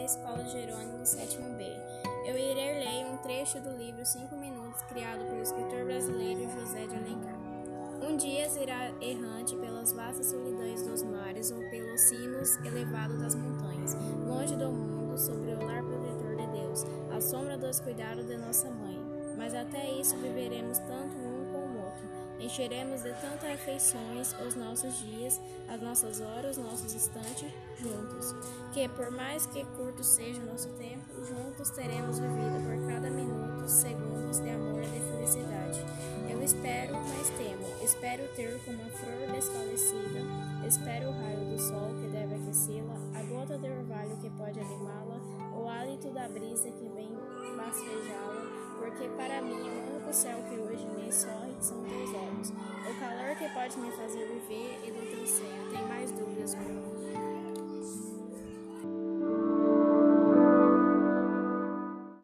Escola Jerônimo, sétimo B. Eu irei ler um trecho do livro 5 Minutos, criado pelo escritor brasileiro José de Alencar. Um dia irá errante pelas vastas solidões dos mares ou pelos cimos elevados das montanhas, longe do mundo, sobre o lar protetor de Deus, à sombra dos cuidados de nossa mãe. Mas até isso viveremos tanto um como o outro. Encheremos de tantas afeições os nossos dias, as nossas horas, os nossos instantes juntos, que por mais que curto seja o nosso tempo, juntos teremos vivido por cada minuto, segundos de amor e de felicidade. Eu espero, mas temo. Espero ter como a flor desfalecida, espero o raio do sol que deve aquecê-la, a gota de orvalho que pode animá-la, o hálito da brisa que vem bafejá-la, porque para mim o único céu que hoje me sorre são teus olhos, o calor que pode me fazer viver e do teu seio